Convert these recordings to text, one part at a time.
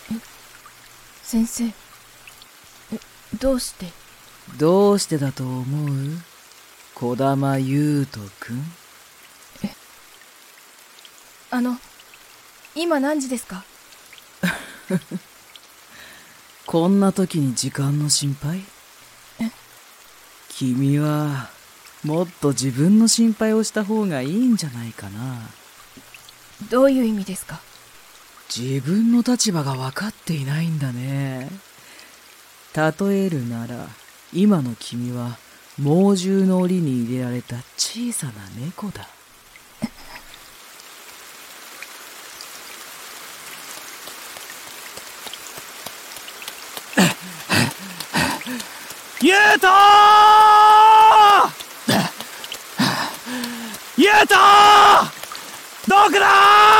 先生、どうしてだと思う？児玉優斗くん。 今何時ですか？ こんな時に時間の心配？君はもっと自分の心配をした方がいいんじゃないかな。 どういう意味ですか？ 自分の立場が分かっていないんだね。例えるなら、今の君は猛獣の檻に入れられた小さな猫だ。 優斗どこだ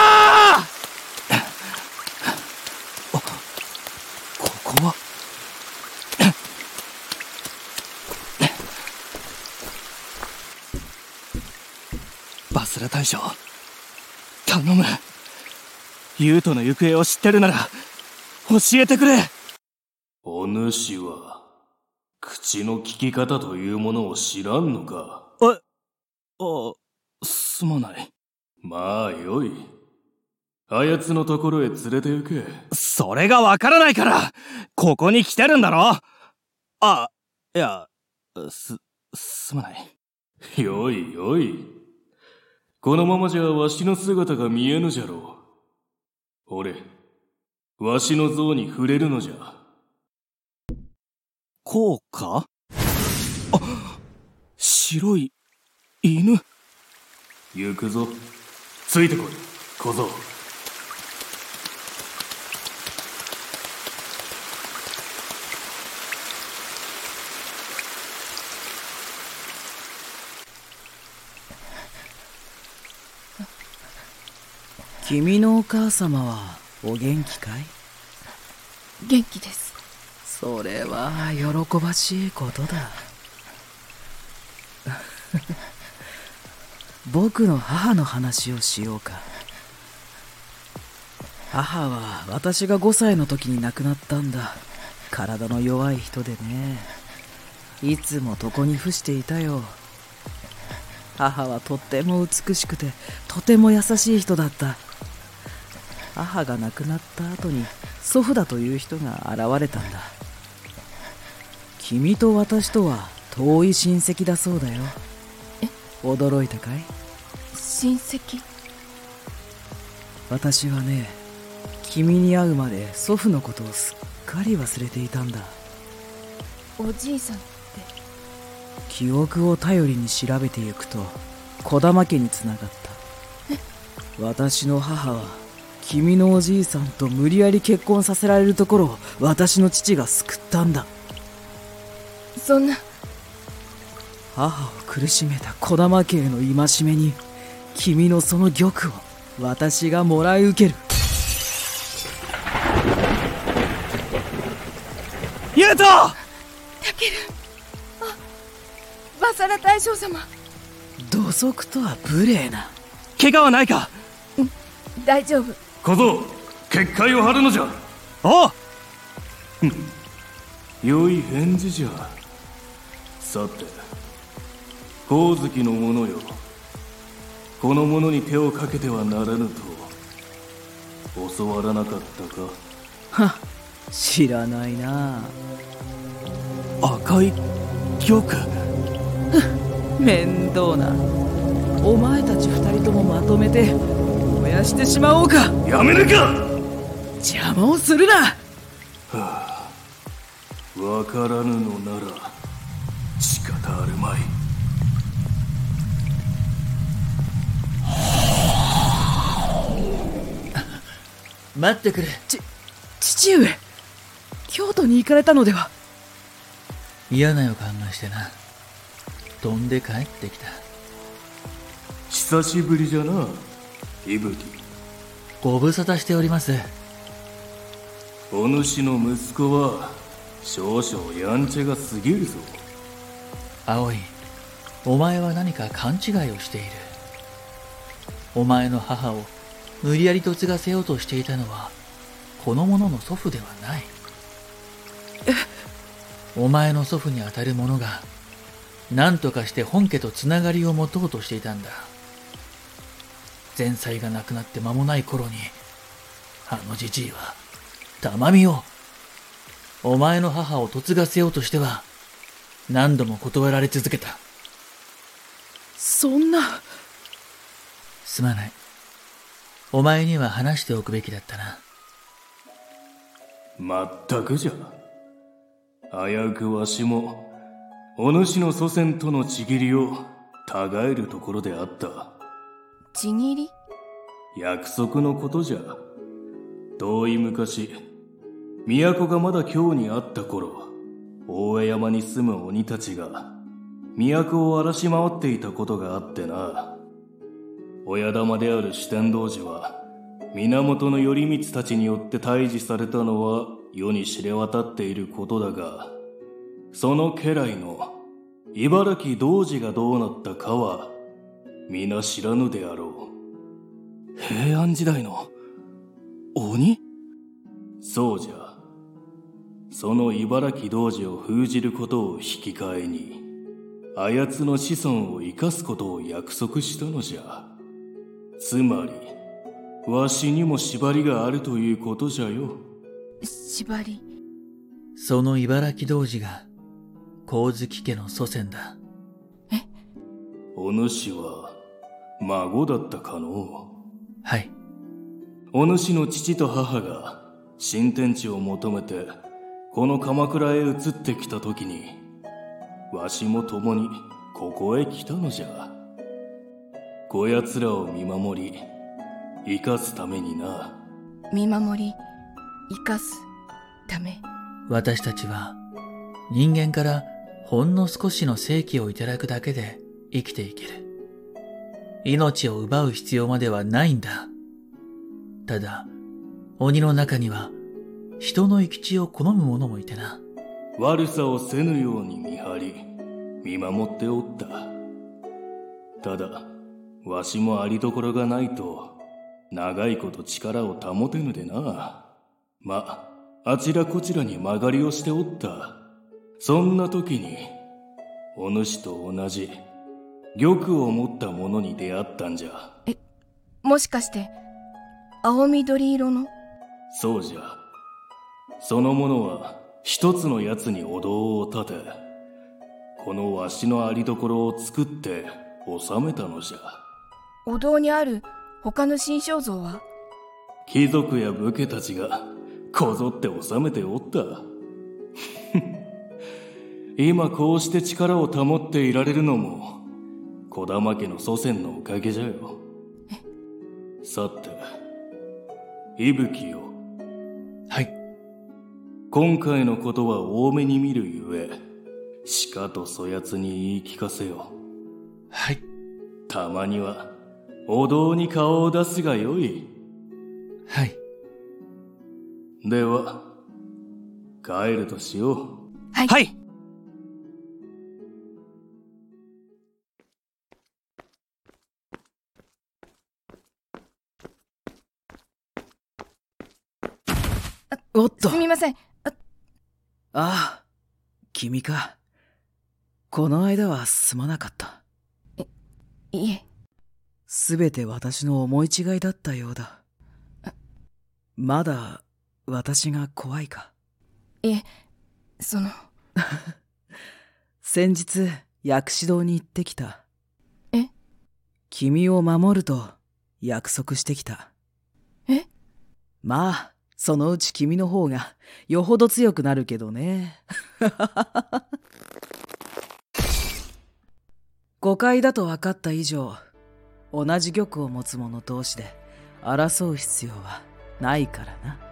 ここはバスラ大将、頼む。優斗の行方を知ってるなら教えてくれ。 お主は口の利き方というものを知らんのか？ すまない。 まあよい。あやつのところへ連れて行け。 それがわからないからここに来てるんだろ。いや、すまない。 よいよい。このままじゃわしの姿が見えぬじゃろう。俺、わしの像に触れるのじゃ。 こうか？白い犬。 行くぞ。ついてこい、小僧。 君のお母様はお元気かい？ 元気です。 それは喜ばしいことだ。僕の母の話をしようか。母は私が5歳の時に亡くなったんだ。体の弱い人でね。いつも床に伏していたよ。母はとっても美しくてとても優しい人だった。母が亡くなった後に祖父だという人が現れたんだ。君と私とは遠い親戚だそうだよ。驚いたかい？ 親戚？ 私はね、君に会うまで祖父のことをすっかり忘れていたんだ。 おじいさんって？ 記憶を頼りに調べていくと児玉家につながった。私の母は君のおじいさんと無理やり結婚させられるところを私の父が救ったんだ。 そんな。 母を苦しめた児玉家への戒めに君のその玉を私がもらい受ける。 優斗！ タケル。バサラ大将様。 土足とは無礼な。 怪我はないか？ 大丈夫。 小僧、結界を張るのじゃ。 おう。 良い返事じゃ。さて、光月の者よ、この者に手をかけてはならぬと教わらなかったか？ は、知らないな。 赤い玉。 面倒な。お前たち二人ともまとめて燃やしてしまおうか。 やめぬか！ 邪魔をするな。 わからぬのなら仕方あるまい。 待ってくれ。 父上、京都に行かれたのでは？ 嫌な予感がしてな。飛んで帰ってきた。 久しぶりじゃな、伊吹。 ご無沙汰しております。 お主の息子は少々やんちゃが過ぎるぞ。 葵、お前は何か勘違いをしている。お前の母を無理やりと継がせようとしていたのはこの者の祖父ではない。お前の祖父にあたる者が何とかして本家とつながりを持とうとしていたんだ。前妻が亡くなって間もない頃に、あのじじいは玉美を、お前の母を嫁がせようとしては何度も断られ続けた。 そんな。 すまない。お前には話しておくべきだったな。 まったくじゃ。危うくわしもお主の祖先とのちぎりをたがえるところであった。 ちぎり？ 約束のことじゃ。遠い昔、都がまだ京にあった頃、大江山に住む鬼たちが都を荒らし回っていたことがあってな。親玉である四天童子は源頼光たちによって退治されたのは世に知れ渡っていることだが、その家来の茨城童子がどうなったかは皆知らぬであろう。 平安時代の鬼？ そうじゃ。その茨城童子を封じることを引き換えに、あやつの子孫を生かすことを約束したのじゃ。つまりわしにも縛りがあるということじゃよ。 縛り？ その茨城童子が光月家の祖先だ。 お主は孫だったかのう。 はい。 お主の父と母が新天地を求めてこの鎌倉へ移ってきた時に、わしも共にここへ来たのじゃ。こやつらを見守り生かすためにな。 見守り生かすため。 私たちは人間からほんの少しの生気をいただくだけで生きていける。命を奪う必要まではないんだ。ただ鬼の中には人の生き地を好む者もいてな。 悪さをせぬように見張り見守っておった。ただわしもありどころがないと長いこと力を保てぬでな。あちらこちらに曲がりをしておった。そんな時にお主と同じ玉を持った者に出会ったんじゃ。 もしかして青緑色の？ そうじゃ。その者は一つのやつにお堂を建て、このわしのありどころを作って治めたのじゃ。 お堂にある他の神将像は？ 貴族や武家たちがこぞって治めておった。今こうして力を保っていられるのも児玉家の祖先のおかげじゃよ。さて伊吹よ。 はい。 今回のことは大目に見るゆえ、鹿とそやつに言い聞かせよ。 はい。 たまにはお堂に顔を出すがよい。 はい。 では帰るとしよう。 はい。 はい。 おっと。 すみません。 ああ、君か。この間はすまなかった。 いえ。 すべて私の思い違いだったようだ。まだ私が怖いか？ いえ、 先日薬師堂に行ってきた。 え？ 君を守ると約束してきた。 え？ まあそのうち君の方がよほど強くなるけどね。誤解だと分かった以上、同じ玉を持つ者同士で争う必要はないからな。